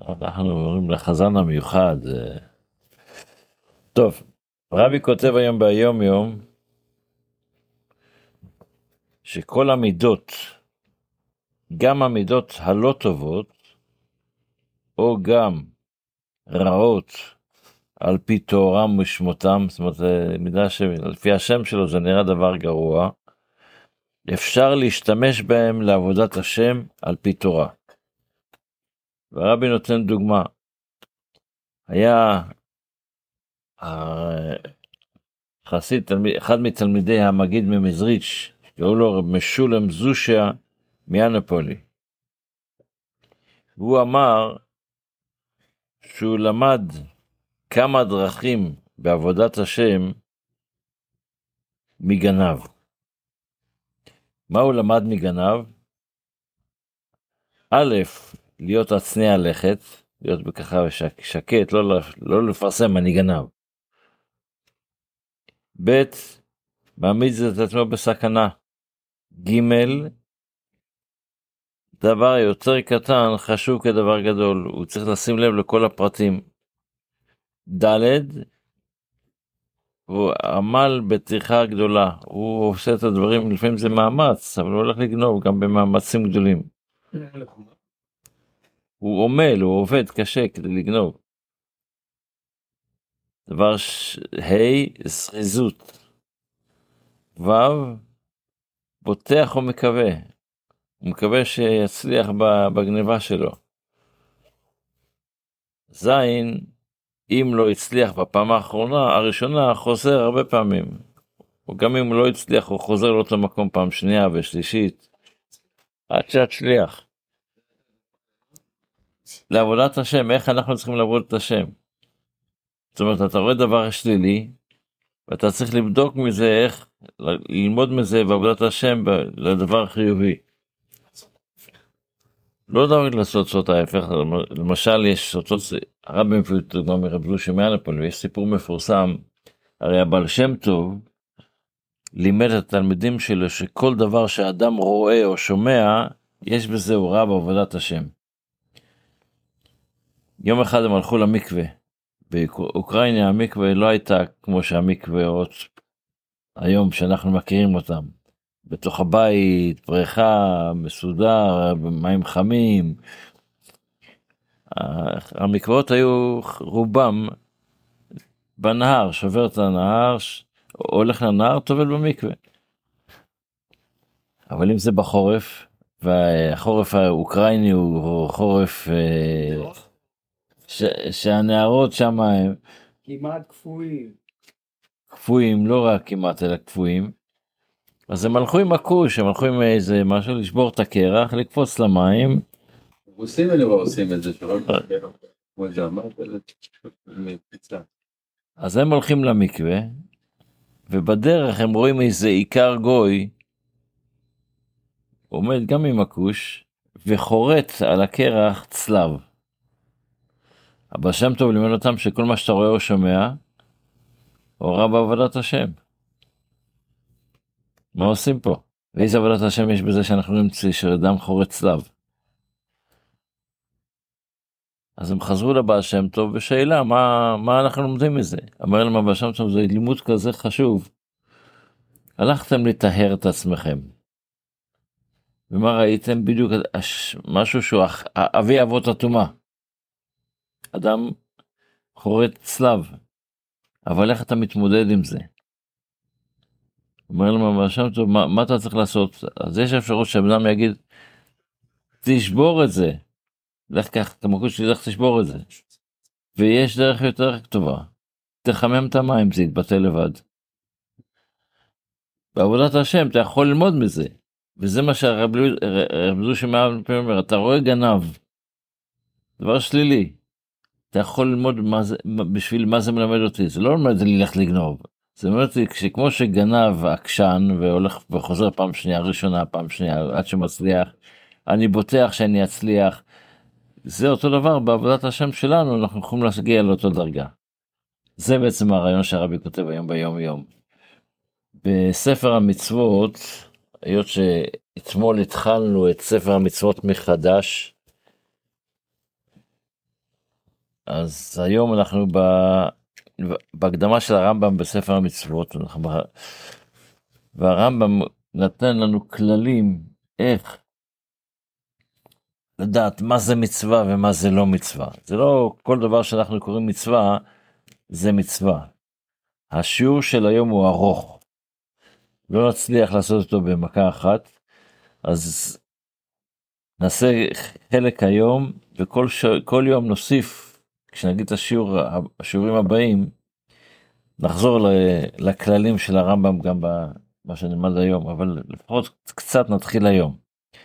אנחנו אומרים לחזן המיוחד. טוב, רבי כותב היום ביום יום, שכל המידות, גם המידות הלא טובות, או גם רעות, על פי תורם ושמותם, זאת אומרת, מידה שלפי השם שלו זה נראה דבר גרוע, אפשר להשתמש בהם לעבודת השם על פי תורה. והרבי נותן דוגמה, היה חסיד, אחד מתלמידי המגיד ממזריץ', קראו לו משולם זושיה מיאנפולי. והוא אמר שהוא למד כמה דרכים בעבודת השם מגנב. מה הוא למד מגנב? א', להיות הצנע לכת, להיות בככה שקט, לא לפרסם, אני גנב. ב', מעמיד את עצמו בסכנה. ג', דבר יותר קטן חשוב כדבר גדול, הוא צריך לשים לב לכל הפרטים. ד', הוא עמל בטרחה גדולה, הוא עושה את הדברים, לפעמים זה מאמץ, אבל הוא הולך לגנוב גם במאמצים גדולים. הוא עמל, הוא עובד קשה כדי לגנוב. דבר זריזות. ו', בוטח ומקווה. הוא מקווה שיצליח בגניבה שלו. ז', אם לא הצליח בפעם הראשונה, חוזר הרבה פעמים. וגם אם לא הצליח, הוא חוזר לאותו מקום פעם שנייה ושלישית. עד שיצליח. לעבודת השם, איך אנחנו צריכים לעבוד את השם? זאת אומרת, אתה רואה דבר שלילי, ואתה צריך לבדוק מזה איך, ללמוד מזה בעבודת השם לדבר חיובי. לא דרך לעשות זאת ההפך, למשל יש סוצות, הרבי מביא דוגמה מרב זושי מיאנפולי, ויש סיפור מפורסם, הרי הבעל שם טוב, לימד את התלמידים שלו שכל דבר שאדם רואה או שומע, יש בזה הוראה בעבודת השם. יום אחד הם הלכו למקווה, באוקראינה המקווה לא הייתה כמו שהמקוואות היום שאנחנו מכירים אותם. בתוך הבית, בריכה, מסודר, מים חמים. המקוואות היו רובם בנהר, שובר את הנהר, הולך לנהר, טובל במקווה. אבל אם זה בחורף, והחורף האוקראיני הוא חורף שהנהרות שם הם כמעט קפואים. קפואים, לא רק כמעט אלא קפואים. אז הם הלכו עם הכוש, הם הלכו עם איזה משהו לשבור את הקרח, לקפוץ למים. רוסים אני רואה עושים את זה, שלא כמו זה אמרת, מפיצה. אז הם הולכים למקווה, ובדרך הם רואים איזה עיקר גוי, עומד גם עם הכוש, וחורט על הקרח צלב. הבעל שם טוב לימד אותם שכל מה שאתה רואה או שומע, הוראה בעבודת השם. מה עושים פה? ואיזה עבודת השם יש בזה שאנחנו נמצא שאדם חורט צלב? אז הם חזרו לבעל שם טוב בשאלה, מה אנחנו לומדים מזה? אמר להם הבעל שם טוב, זה לימוד כזה חשוב. הלכתם לטהר את עצמכם. ומה ראיתם? בדיוק משהו שהוא אבי אבות הטומאה. אדם חורט צלב. אבל איך אתה מתמודד עם זה? אומר להם הבעל שם טוב, מה אתה צריך לעשות? אז יש אפשרות שהבן יגיד, תשבור את זה. לך כך, כמובן שלי, לך תשבור את זה. ויש דרך יותר טובה. תחמם את המים, זה יתבטא לבד. בעבודת השם, אתה יכול ללמוד מזה. וזה מה שהרב זושי מיאנפולי אומר, אתה רואה גנב. דבר שלילי. אתה יכול ללמוד בשביל מה זה מלמד אותי. זה לא אומר לי לך לגנוב. זה אומר לי, שכמו שגנב עקשן, והולך וחוזר פעם שנייה, ראשונה, פעם שנייה, עד שמצליח, אני בוטח שאני אצליח. זה אותו דבר בעבודת השם שלנו, אנחנו יכולים להגיע לאותו דרגה. זה בעצם הרעיון שהרבי כותב היום ביום יום. בספר המצוות, היות שאתמול התחלנו את ספר המצוות מחדש, אז היום אנחנו בהקדמה של הרמב"ם בספר המצוות, והרמב"ם נתן לנו כללים איך לדעת מה זה מצווה ומה זה לא מצווה. זה לא כל דבר שאנחנו קוראים מצווה, זה מצווה. השיעור של היום הוא ארוך. לא נצליח לעשות אותו במכה אחת, אז נעשה חלק היום, וכל יום נוסיף, כשנגיד את השיעורים הבאים, נחזור לכללים של הרמב"ם גם במה שנלמד היום, אבל לפחות קצת נתחיל היום.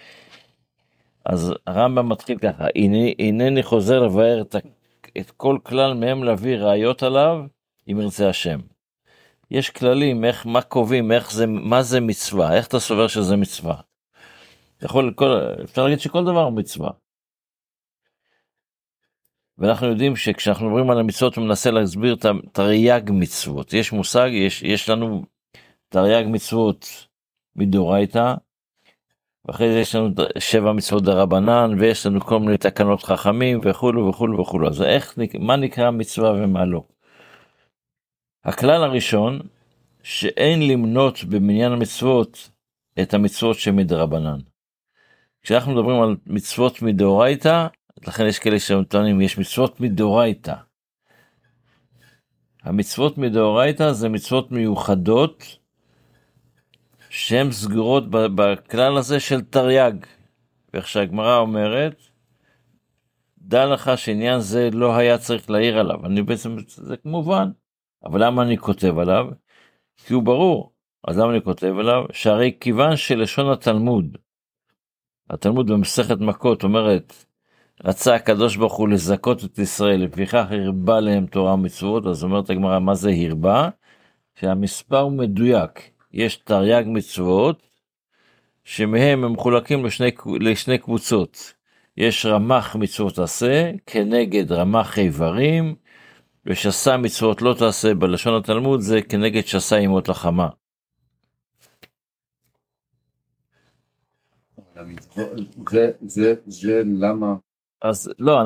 אז הרמב"ם מתחיל ככה, הנני חוזר לבאר את כל כלל מהם להביא ראיות עליו, אם ירצה השם. יש כללים, מה קובעים, מה זה מצווה, איך אתה סובר שזה מצווה. אפשר להגיד שכל דבר הוא מצווה. ואנחנו יודעים שכשאנחנו מדברים על המצוות, הוא מנסה להסביר את תרי"ג מצוות. יש מושג, יש לנו תרי"ג מצוות מדאורייתא, ואחרי זה יש לנו 7 מצוות דרבנן, ויש לנו כל מיני תקנות חכמים וכו' וכו' וכו'. אז מה נקרא מצווה ומה לא? הכלל הראשון, שאין למנות במניין המצוות את המצוות שמדרבנן. כשאנחנו מדברים על מצוות מדאורייתא, לכן יש כאלה שמטוענים, יש מצוות מדאורייתא. המצוות מדאורייתא זה מצוות מיוחדות, שהן סגורות בכלל הזה של תרי"ג. ואיך שהגמרא אומרת, דע לך שעניין זה לא היה צריך להעיר עליו. זה כמובן. אבל למה אני כותב עליו? כי הוא ברור. אז למה אני כותב עליו? שהרי כיוון שלשון התלמוד במסכת מכות אומרת, רצה הקדוש ברוך הוא לזכות את ישראל, לפיכך הרבה להם תורה ומצוות. אז אומרת הגמרא, מה זה הרבה? שהמספר הוא מדויק. יש תרי"ג מצוות, שמהם הם מחולקים לשני קבוצות. יש רמ"ח מצוות עשה, כנגד רמ"ח איברים, ושס"ה מצוות לא תעשה, בלשון התלמוד זה כנגד שס"ה ימות לחמה. זה למה? אז לא,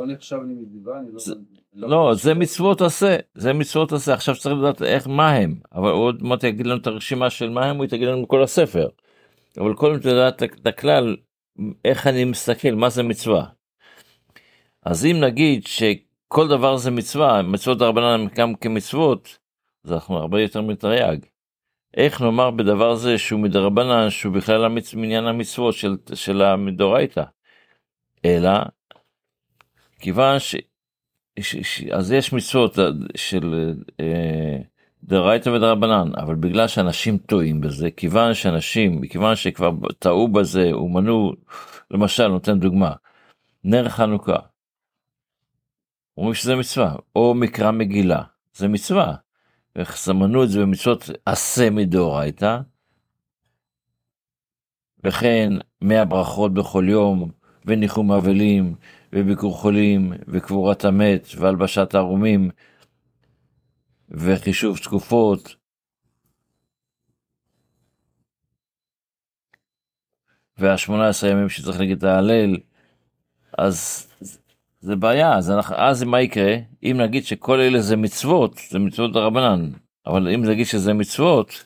לא, זה מצוות עשה, זה מצוות עשה. עכשיו צריך לדעת מה הם, אבל עוד מעט יגיד לנו את הרשימה של מה הם, הוא יגיד לנו כל הספר. אבל קודם תדעת את הכלל, איך אני מסתכל, מה זה מצווה. אז אם נגיד שכל דבר זה מצווה, מצוות דרבנן גם כמצוות, אז אנחנו הרבה יותר מתרי"ג. איך נאמר בדבר זה שהוא מדרבנן, שהוא בכלל מניין המצוות של המדאורייתא? אלא, כיוון אז יש מצוות של דאורייתא ודרבנן, אבל בגלל שאנשים טועים בזה, מכיוון שכבר טעו בזה, ומנו, למשל, נותן דוגמה, נר חנוכה, אומרים שזה מצווה, או מקרא מגילה, זה מצווה, וסמנו את זה במצוות עשה מדאורייתא, וכן 100 ברכות בכל יום, וניחום אבלים, וביקור חולים, וקבורת המת, והלבשת ערומים, וחישוב תקופות, וה18 ימים שצריך להגיד את ההלל. אז זה בעיה. אז מה יקרה? אם נגיד שכל אלה זה מצוות, זה מצוות דרבנן, אבל אם נגיד שזה מצוות,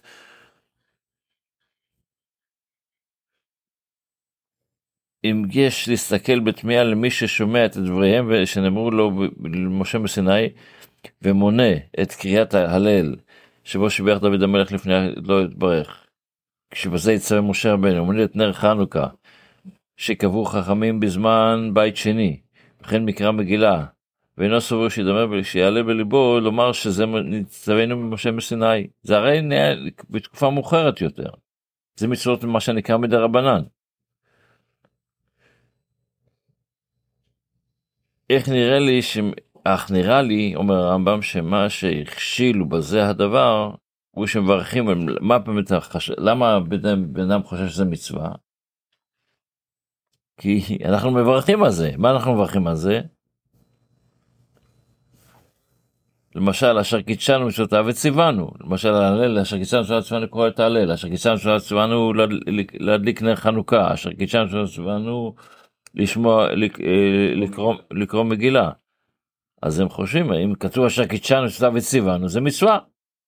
אם יש להסתכל בתמיהה למי ששומע את דבריהם, ושנאמרו לו למשה בסיני, ומונה את קריאת ההלל, שבו שיבח דוד המלך לפני לא יתברך, כשבזה יצא משה רבנו, מונה את נר חנוכה, שקבעו חכמים בזמן בית שני, וכן מקרא מגילה, ואינו סובר שידמה שיעלה בליבו לומר שזה נצטווינו ממשה בסיני. זה הרי בתקופה מאוחרת יותר. זה מצוות מה שנקרא מדרבנן. אך נראה לי, אומר הרמב"ם, שמה שהכשילו בזה הדבר, הוא שמברכים, למה בן אדם חושב שזה מצווה? כי אנחנו מברכים על זה. מה אנחנו מברכים על זה? למשל, אשר קידשנו מצוותיו וציוונו. למשל, אשר קידשנו מצוותיו וציוונו קרוא את ההלל. אשר קידשנו מצוותיו וציוונו להדליק נר חנוכה. אשר קידשנו מצוותיו וציוונו לקרוא מגילה. אז הם חושבים, אם כתוב אשר קידשנו שתה וציוונו, זה מצווה.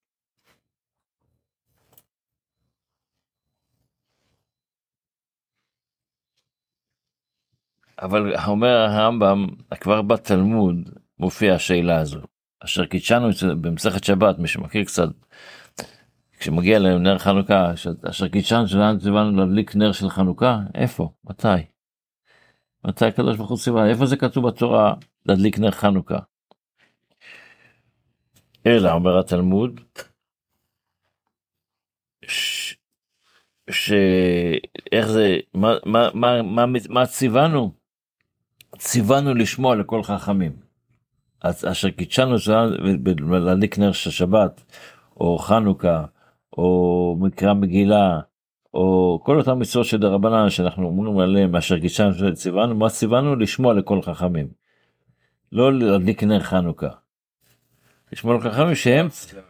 אבל אומר הרמב"ם, כבר בתלמוד מופיע השאלה הזו. אשר קידשנו במסכת שבת, מי שמכיר קצת, כשמגיע לנר חנוכה, אשר קידשנו שלנו ציוונו להדליק נר של חנוכה, איפה? מתי? מתי הקדוש ברוך הוא ציווה? איפה זה כתוב בתורה להדליק נר חנוכה? אלא אומר התלמוד, איך זה, מה ציוונו? ציוונו לשמוע לכל חכמים. אז אשר קידשנו להדליק נר של שבת, או חנוכה, או מקרא מגילה, או כל אותם מצוות של דרבנן שאנחנו אומרים עליהם, אשר קידשנו ציוונו, מה ציוונו? לשמוע לכל חכמים. לא להדליק נר חנוכה. לשמוע לכל חכמים שהם...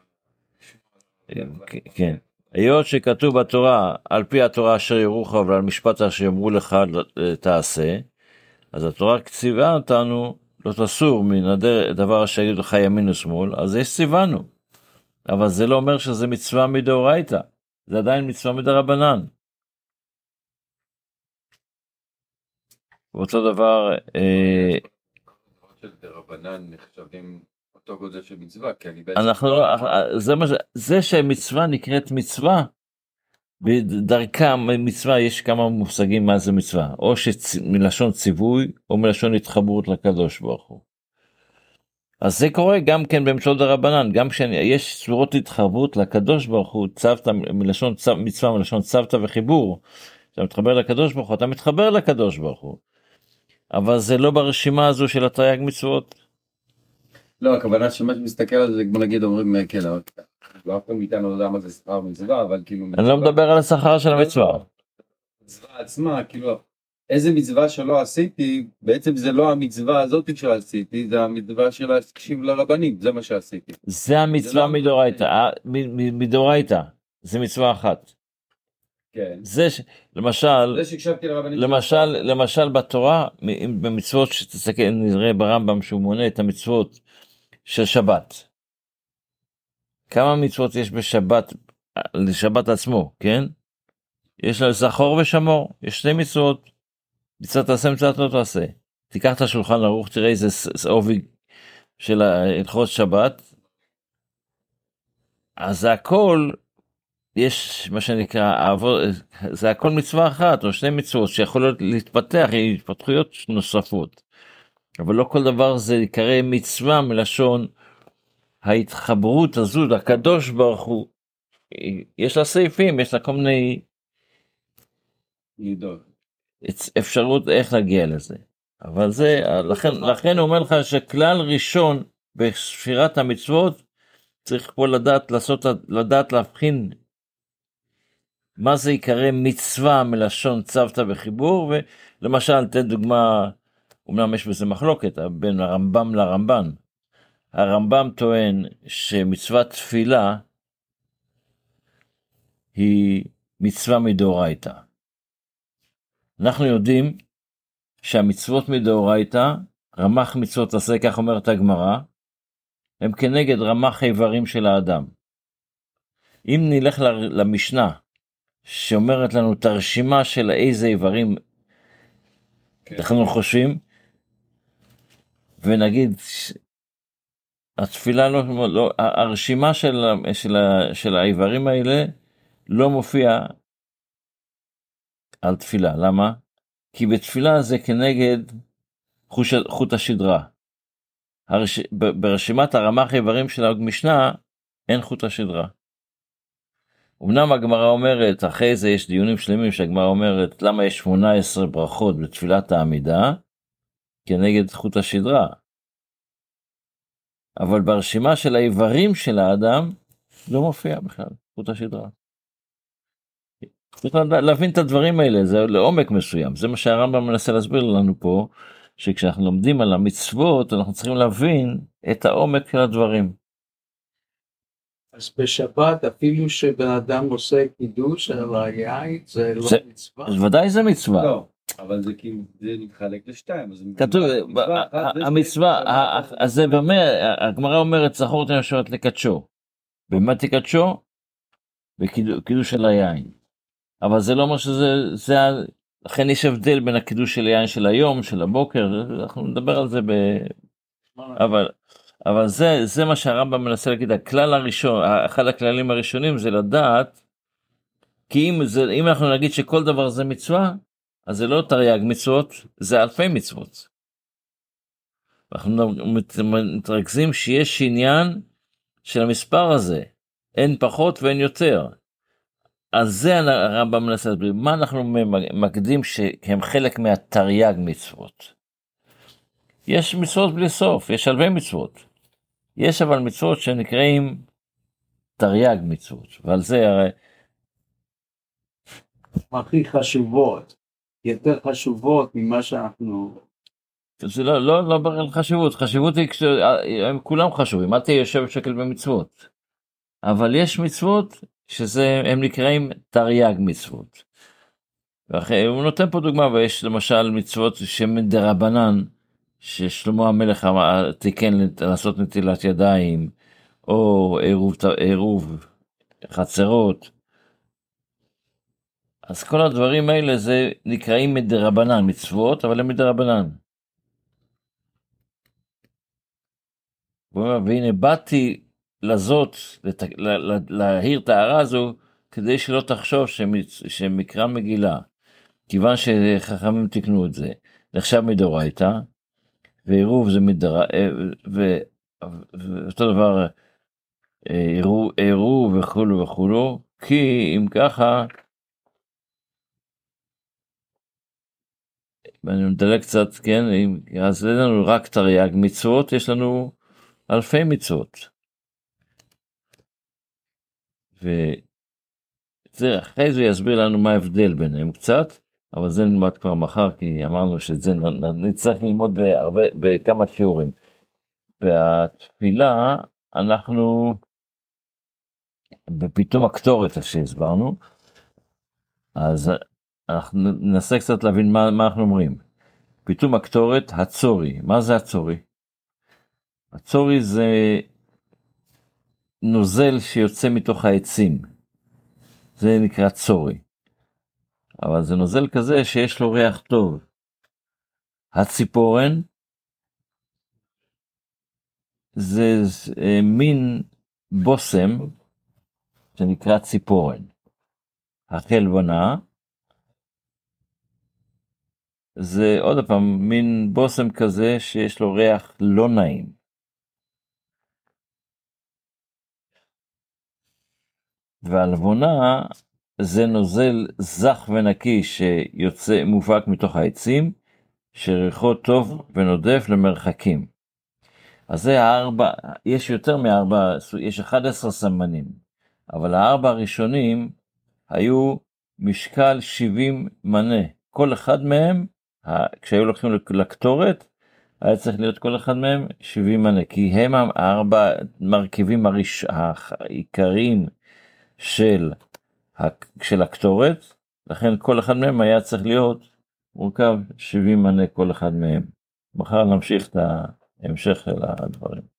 כן. היות שכתוב בתורה, על פי התורה אשר יורוך ועל משפט אשר יאמרו לך תעשה, אז התורה ציווה אותנו, לא תסור מן הדבר אשר יגיד לך ימין ושמאל, אז יש ציוונו. אבל זה לא אומר שזה מצווה מדאורייתא, זה עדיין מצווה מדרבנן. ואותו דבר... של דרבנן נחשבים אותו גודל של מצווה, כי אני זה שמצווה נקראת מצווה, בדרכה מצווה יש כמה מושגים מה זה מצווה, או מלשון ציווי, או מלשון התחברות לקדוש ברוך הוא. אז זה קורה גם כן במצוות דרבנן, גם כשיש צורות התחברות לקדוש ברוך הוא, צוותא מלשון מצווה, מלשון צוותא וחיבור, אתה מתחבר לקדוש ברוך הוא, אתה מתחבר לקדוש ברוך הוא, אבל זה לא ברשימה הזו של התרי"ג מצוות. לא, הכוונה שמה שמסתכל על זה, כמו נגיד אומרים, כן, לא אף פעם איתנו לא יודע מה זה שכר מצווה, אבל כאילו... אני לא מדבר על השכר של המצווה. מצווה עצמה, כאילו, איזה מצווה שלא עשיתי, בעצם זה לא המצווה הזאת שעשיתי, זה המצווה של להקשיב לרבנים, זה מה שעשיתי. זה המצווה מדאורייתא, מדאורייתא, זה מצווה אחת. כן. למשל, זה שהקשבתי לרבנים. למשל בתורה, במצוות שתסתכל, נראה ברמב"ם שהוא מונה את המצוות של שבת. כמה מצוות יש בשבת, לשבת עצמו, כן? יש לה זכור ושמור, יש שתי מצוות, מצוות תעשה, מצוות לא תעשה. תיקח את השולחן ערוך, תראה איזה עובי של הלכות שבת, אז זה הכל, יש מה שנקרא, זה הכל מצווה אחת, או שני מצוות שיכולות להתפתח, התפתחויות נוספות. אבל לא כל דבר זה יקרא מצווה מלשון ההתחברות הזו, הקדוש ברוך הוא, יש לה סעיפים, יש לה כל מיני אפשרות איך להגיע לזה. אבל זה, לכן הוא אומר לך שכלל ראשון בספירת המצוות, צריך פה לדעת להבחין מה זה יקרא מצווה מלשון צוותא וחיבור, ולמשל, תן דוגמה, אומנם יש בזה מחלוקת, בין הרמב"ם לרמב"ן. הרמב"ם טוען שמצוות תפילה היא מצווה מדאורייתא. אנחנו יודעים שהמצוות מדאורייתא, רמ"ח מצוות עשה, כך אומרת הגמרא, הם כנגד רמ"ח איברים של האדם. אם נלך למשנה, שאומרת לנו את הרשימה של איזה איברים אנחנו חושבים, ונגיד, התפילה לא, הרשימה של האיברים האלה לא מופיע על תפילה. למה? כי בתפילה זה כנגד חוט השדרה. ברשימת הרמ"ח איברים של המשנה אין חוט השדרה. אמנם הגמרא אומרת, אחרי זה יש דיונים שלמים שהגמרא אומרת, למה יש 18 ברכות בתפילת העמידה כנגד חוט השדרה. אבל ברשימה של האיברים של האדם לא מופיע בכלל חוט השדרה. צריך להבין את הדברים האלה, זה לעומק מסוים. זה מה שהרמב"ם מנסה להסביר לנו פה, שכשאנחנו לומדים על המצוות, אנחנו צריכים להבין את העומק של הדברים. אז בשבת, אפילו שבן אדם עושה קידוש על היין, זה לא מצווה? ודאי זה מצווה. לא. אבל זה כאילו, זה מתחלק לשתיים. אז כתוב, מצווה אחת זה המצווה, שתיים, אז זה אומר, הגמרא אומרת, זכורתם השבת לקדשו. במה תקדשו? בקידוש של היין. אבל זה לא אומר לכן יש הבדל בין הקידוש של היין של היום, של הבוקר, אנחנו נדבר על זה אבל זה מה שהרמב"ם מנסה להגיד, הכלל הראשון, אחד הכללים הראשונים זה לדעת, כי אם אנחנו נגיד שכל דבר זה מצווה, אז זה לא תרי"ג מצוות, זה אלפי מצוות. אנחנו מתרכזים שיש עניין של המספר הזה, אין פחות ואין יותר. אז זה הרמב"ם מנסה להסביר, מה אנחנו מקדים שהם חלק מהתרי"ג מצוות. יש מצוות בלי סוף, יש אלפי מצוות. יש אבל מצוות שנקראים תרי"ג מצוות, ועל זה הרי... הכי חשובות, יותר חשובות ממה שאנחנו... זה לא ברר חשיבות, חשיבות היא הם כולם חשובים, אל תהיה יושב שקל במצוות. אבל יש מצוות הם נקראים תרי"ג מצוות. הוא נותן פה דוגמה, ויש למשל מצוות שמדרבנן, ששלמה המלך תיקן לעשות נטילת ידיים, או עירוב חצרות. אז כל הדברים האלה זה נקראים מדרבנן, מצוות, אבל הם מדרבנן. והנה באתי לזאת, להעיר את ההערה הזו, כדי שלא תחשוב שמקרא מגילה, כיוון שחכמים תקנו את זה, נחשב מדאורייתא, ועירוב זה ואותו דבר, עירוב וכולו וכולו, כי אם ככה, ואני מדלג קצת, כן, אז אין לנו רק תרי"ג מצוות, יש לנו אלפי מצוות. אחרי זה יסביר לנו מה ההבדל ביניהם קצת, אבל זה נלמד כבר מחר, כי אמרנו שזה נצטרך ללמוד בכמה שיעורים. והתפילה, אנחנו בפתאום הקטורת שהסברנו, אז אנחנו ננסה קצת להבין מה אנחנו אומרים. פתאום הקטורת, הצורי. מה זה הצורי? הצורי זה נוזל שיוצא מתוך העצים. זה נקרא צורי. אבל זה נוזל כזה שיש לו ריח טוב. הציפורן זה מין בוסם שנקרא ציפורן. החלבונה זה עוד פעם מין בוסם כזה שיש לו ריח לא נעים. והלבונה זה נוזל זך ונקי שיוצא מופק מתוך העצים, שריחו טוב ונודף למרחקים. אז זה הארבע, יש יותר מארבע, יש 11 סמנים, אבל הארבע הראשונים היו משקל 70 מנה. כל אחד מהם, כשהיו לוקחים לקטורת, היה צריך להיות כל אחד מהם 70 מנה, כי הם הארבע מרכיבים העיקריים של הקטורת, לכן כל אחד מהם היה צריך להיות מורכב 70 מנה כל אחד מהם. מחר נמשיך את ההמשך של הדברים.